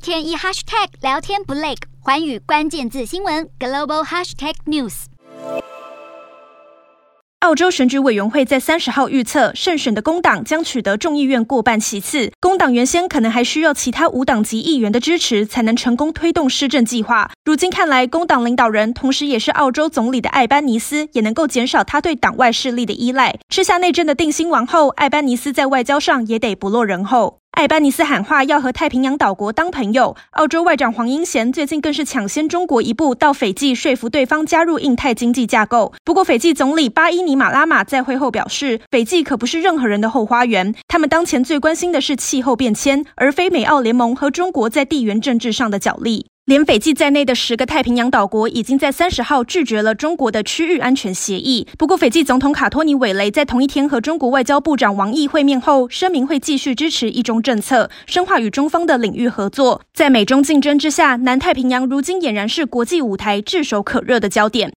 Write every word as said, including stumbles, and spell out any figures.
天一 hashtag 聊天不累，寰宇关键字新闻 global hashtag news。 澳洲选举委员会在三十号预测，胜选的工党将取得众议院过半席次。工党原先可能还需要其他无党籍议员的支持，才能成功推动施政计划。如今看来，工党领导人同时也是澳洲总理的艾班尼斯，也能够减少他对党外势力的依赖。吃下内政的定心丸后，艾班尼斯在外交上也得不落人后。艾班尼斯喊话要和太平洋岛国当朋友，澳洲外长黄英贤最近更是抢先中国一步到斐济说服对方加入印太经济架构。不过斐济总理巴伊尼马拉马在会后表示，斐济可不是任何人的后花园，他们当前最关心的是气候变迁，而非美澳联盟和中国在地缘政治上的角力。连斐济在内的十个太平洋岛国已经在三十号拒绝了中国的区域安全协议。不过斐济总统卡托尼韦雷在同一天和中国外交部长王毅会面后，声明会继续支持一中政策，深化与中方的领域合作。在美中竞争之下，南太平洋如今俨然是国际舞台炙手可热的焦点。